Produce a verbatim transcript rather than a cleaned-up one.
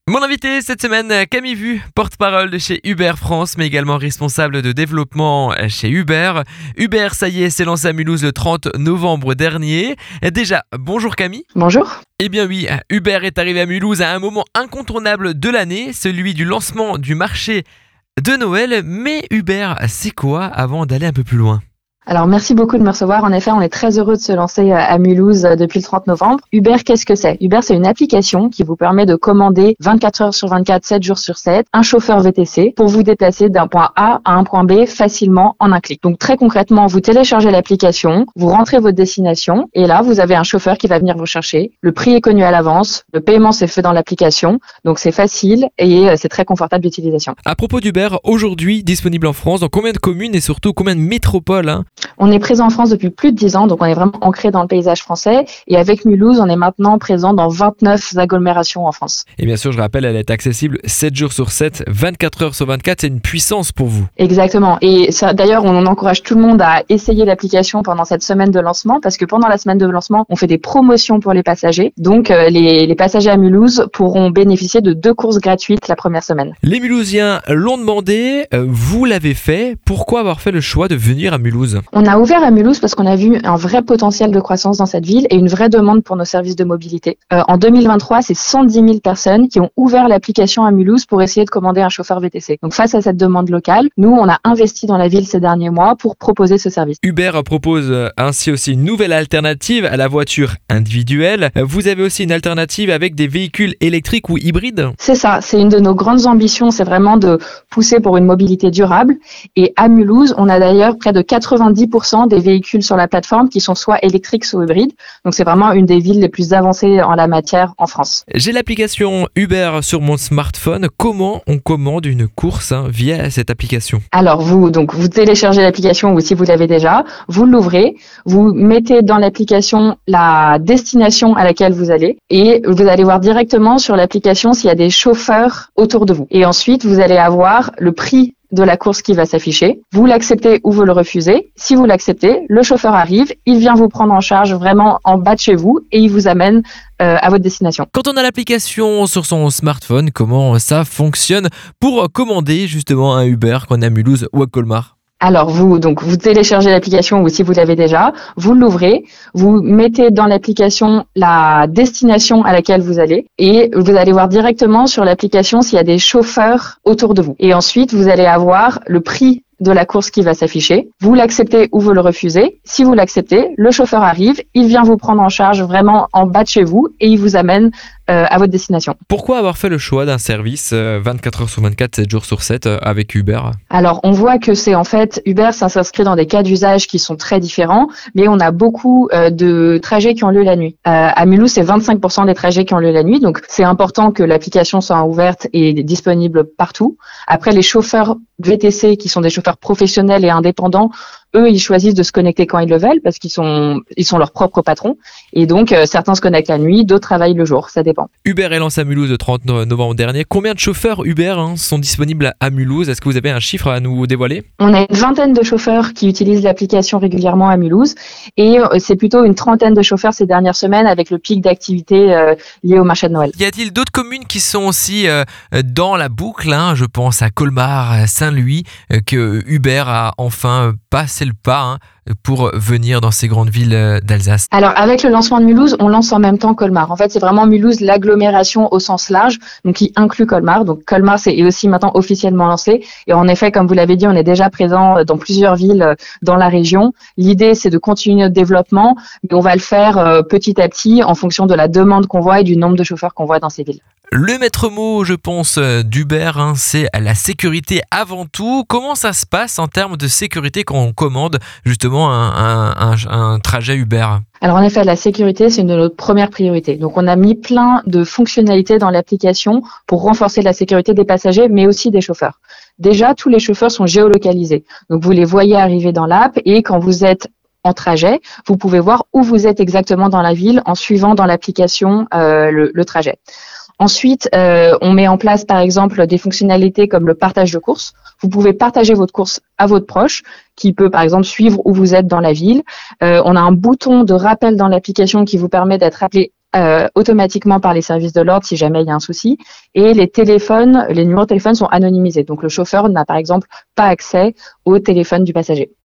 Mon invité cette semaine, Camille Vu, porte-parole de chez Uber France, mais également responsable de développement chez Uber. Uber, ça y est, s'est lancé à Mulhouse le trente novembre dernier. Déjà, bonjour Camille. Bonjour. Eh bien oui, Uber est arrivé à Mulhouse à un moment incontournable de l'année, celui du lancement du marché de Noël. Mais Uber, c'est quoi avant d'aller un peu plus loin ? Alors, merci beaucoup de me recevoir. En effet, on est très heureux de se lancer à Mulhouse depuis le trente novembre. Uber, qu'est-ce que c'est ? Uber, c'est une application qui vous permet de commander vingt-quatre heures sur vingt-quatre, sept jours sur sept, un chauffeur V T C pour vous déplacer d'un point A à un point B facilement en un clic. Donc, très concrètement, vous téléchargez l'application, vous rentrez votre destination et là, vous avez un chauffeur qui va venir vous chercher. Le prix est connu à l'avance, le paiement s'est fait dans l'application, donc c'est facile et c'est très confortable d'utilisation. À propos d'Uber, aujourd'hui disponible en France, dans combien de communes et surtout combien de métropoles hein ? On est présent en France depuis plus de dix ans, donc on est vraiment ancré dans le paysage français. Et avec Mulhouse, on est maintenant présent dans vingt-neuf agglomérations en France. Et bien sûr, je rappelle, elle est accessible sept jours sur sept, vingt-quatre heures sur vingt-quatre. C'est une puissance pour vous. Exactement. Et ça, d'ailleurs, on encourage tout le monde à essayer l'application pendant cette semaine de lancement, parce que pendant la semaine de lancement, on fait des promotions pour les passagers. Donc, euh, les, les passagers à Mulhouse pourront bénéficier de deux courses gratuites la première semaine. Les Mulhousiens l'ont demandé, euh, vous l'avez fait. Pourquoi avoir fait le choix de venir à Mulhouse ? On a ouvert à Mulhouse parce qu'on a vu un vrai potentiel de croissance dans cette ville et une vraie demande pour nos services de mobilité. Euh, en deux mille vingt-trois, c'est cent dix mille personnes qui ont ouvert l'application à Mulhouse pour essayer de commander un chauffeur V T C. Donc face à cette demande locale, nous, on a investi dans la ville ces derniers mois pour proposer ce service. Uber propose ainsi aussi une nouvelle alternative à la voiture individuelle. Vous avez aussi une alternative avec des véhicules électriques ou hybrides ? C'est ça, c'est une de nos grandes ambitions, c'est vraiment de pousser pour une mobilité durable. Et à Mulhouse, on a d'ailleurs près de quatre-vingt-dix pour cent des véhicules sur la plateforme qui sont soit électriques, soit hybrides. Donc c'est vraiment une des villes les plus avancées en la matière en France. J'ai l'application Uber sur mon smartphone. Comment on commande une course hein, via cette application ? Alors vous, donc vous téléchargez l'application ou si vous l'avez déjà, vous l'ouvrez, vous mettez dans l'application la destination à laquelle vous allez et vous allez voir directement sur l'application s'il y a des chauffeurs autour de vous. Et ensuite, vous allez avoir le prix de la course qui va s'afficher. Vous l'acceptez ou vous le refusez. Si vous l'acceptez, le chauffeur arrive, il vient vous prendre en charge vraiment en bas de chez vous et il vous amène euh, à votre destination. Quand on a l'application sur son smartphone, comment ça fonctionne pour commander justement un Uber qu'on est à Mulhouse ou à Colmar ? Alors vous, donc vous téléchargez l'application ou si vous l'avez déjà, vous l'ouvrez, vous mettez dans l'application la destination à laquelle vous allez et vous allez voir directement sur l'application s'il y a des chauffeurs autour de vous. Et ensuite, vous allez avoir le prix de la course qui va s'afficher. Vous l'acceptez ou vous le refusez. Si vous l'acceptez, le chauffeur arrive, il vient vous prendre en charge vraiment en bas de chez vous et il vous amène euh, à votre destination. Pourquoi avoir fait le choix d'un service euh, vingt-quatre heures sur vingt-quatre, sept jours sur sept euh, avec Uber ? Alors, on voit que c'est en fait, Uber, ça s'inscrit dans des cas d'usage qui sont très différents, mais on a beaucoup euh, de trajets qui ont lieu la nuit. Euh, à Mulhouse, c'est vingt-cinq pour cent des trajets qui ont lieu la nuit, donc c'est important que l'application soit ouverte et disponible partout. Après, les chauffeurs V T C, qui sont des chauffeurs professionnels et indépendants, eux, ils choisissent de se connecter quand ils le veulent parce qu'ils sont, ils sont leurs propres patrons. Et donc, euh, certains se connectent la nuit, d'autres travaillent le jour. Ça dépend. Uber est lancé à Mulhouse le trente novembre dernier. Combien de chauffeurs Uber hein, sont disponibles à Mulhouse ? Est-ce que vous avez un chiffre à nous dévoiler ? On a une vingtaine de chauffeurs qui utilisent l'application régulièrement à Mulhouse. Et euh, c'est plutôt une trentaine de chauffeurs ces dernières semaines avec le pic d'activité euh, lié au marché de Noël. Y a-t-il d'autres communes qui sont aussi euh, dans la boucle hein ? Je pense à Colmar, Saint-Louis, euh, que Uber a enfin passé le pas hein, pour venir dans ces grandes villes d'Alsace. Alors, avec le lancement de Mulhouse, on lance en même temps Colmar. En fait, c'est vraiment Mulhouse, l'agglomération au sens large, donc qui inclut Colmar. Donc, Colmar, c'est aussi maintenant officiellement lancé. Et en effet, comme vous l'avez dit, on est déjà présent dans plusieurs villes dans la région. L'idée, c'est de continuer notre développement, mais on va le faire petit à petit en fonction de la demande qu'on voit et du nombre de chauffeurs qu'on voit dans ces villes. Le maître mot, je pense, d'Uber, hein, c'est la sécurité avant tout. Comment ça se passe en termes de sécurité quand on commande justement un, un, un, un trajet Uber ? Alors en effet, la sécurité, c'est une de nos premières priorités. Donc on a mis plein de fonctionnalités dans l'application pour renforcer la sécurité des passagers, mais aussi des chauffeurs. Déjà, tous les chauffeurs sont géolocalisés. Donc vous les voyez arriver dans l'app et quand vous êtes en trajet, vous pouvez voir où vous êtes exactement dans la ville en suivant dans l'application euh, le, le trajet. Ensuite, euh, on met en place, par exemple, des fonctionnalités comme le partage de courses. Vous pouvez partager votre course à votre proche, qui peut, par exemple, suivre où vous êtes dans la ville. Euh, on a un bouton de rappel dans l'application qui vous permet d'être appelé euh, automatiquement par les services de l'ordre si jamais il y a un souci. Et les téléphones, les numéros de téléphone sont anonymisés. Donc le chauffeur n'a par exemple pas accès au téléphone du passager.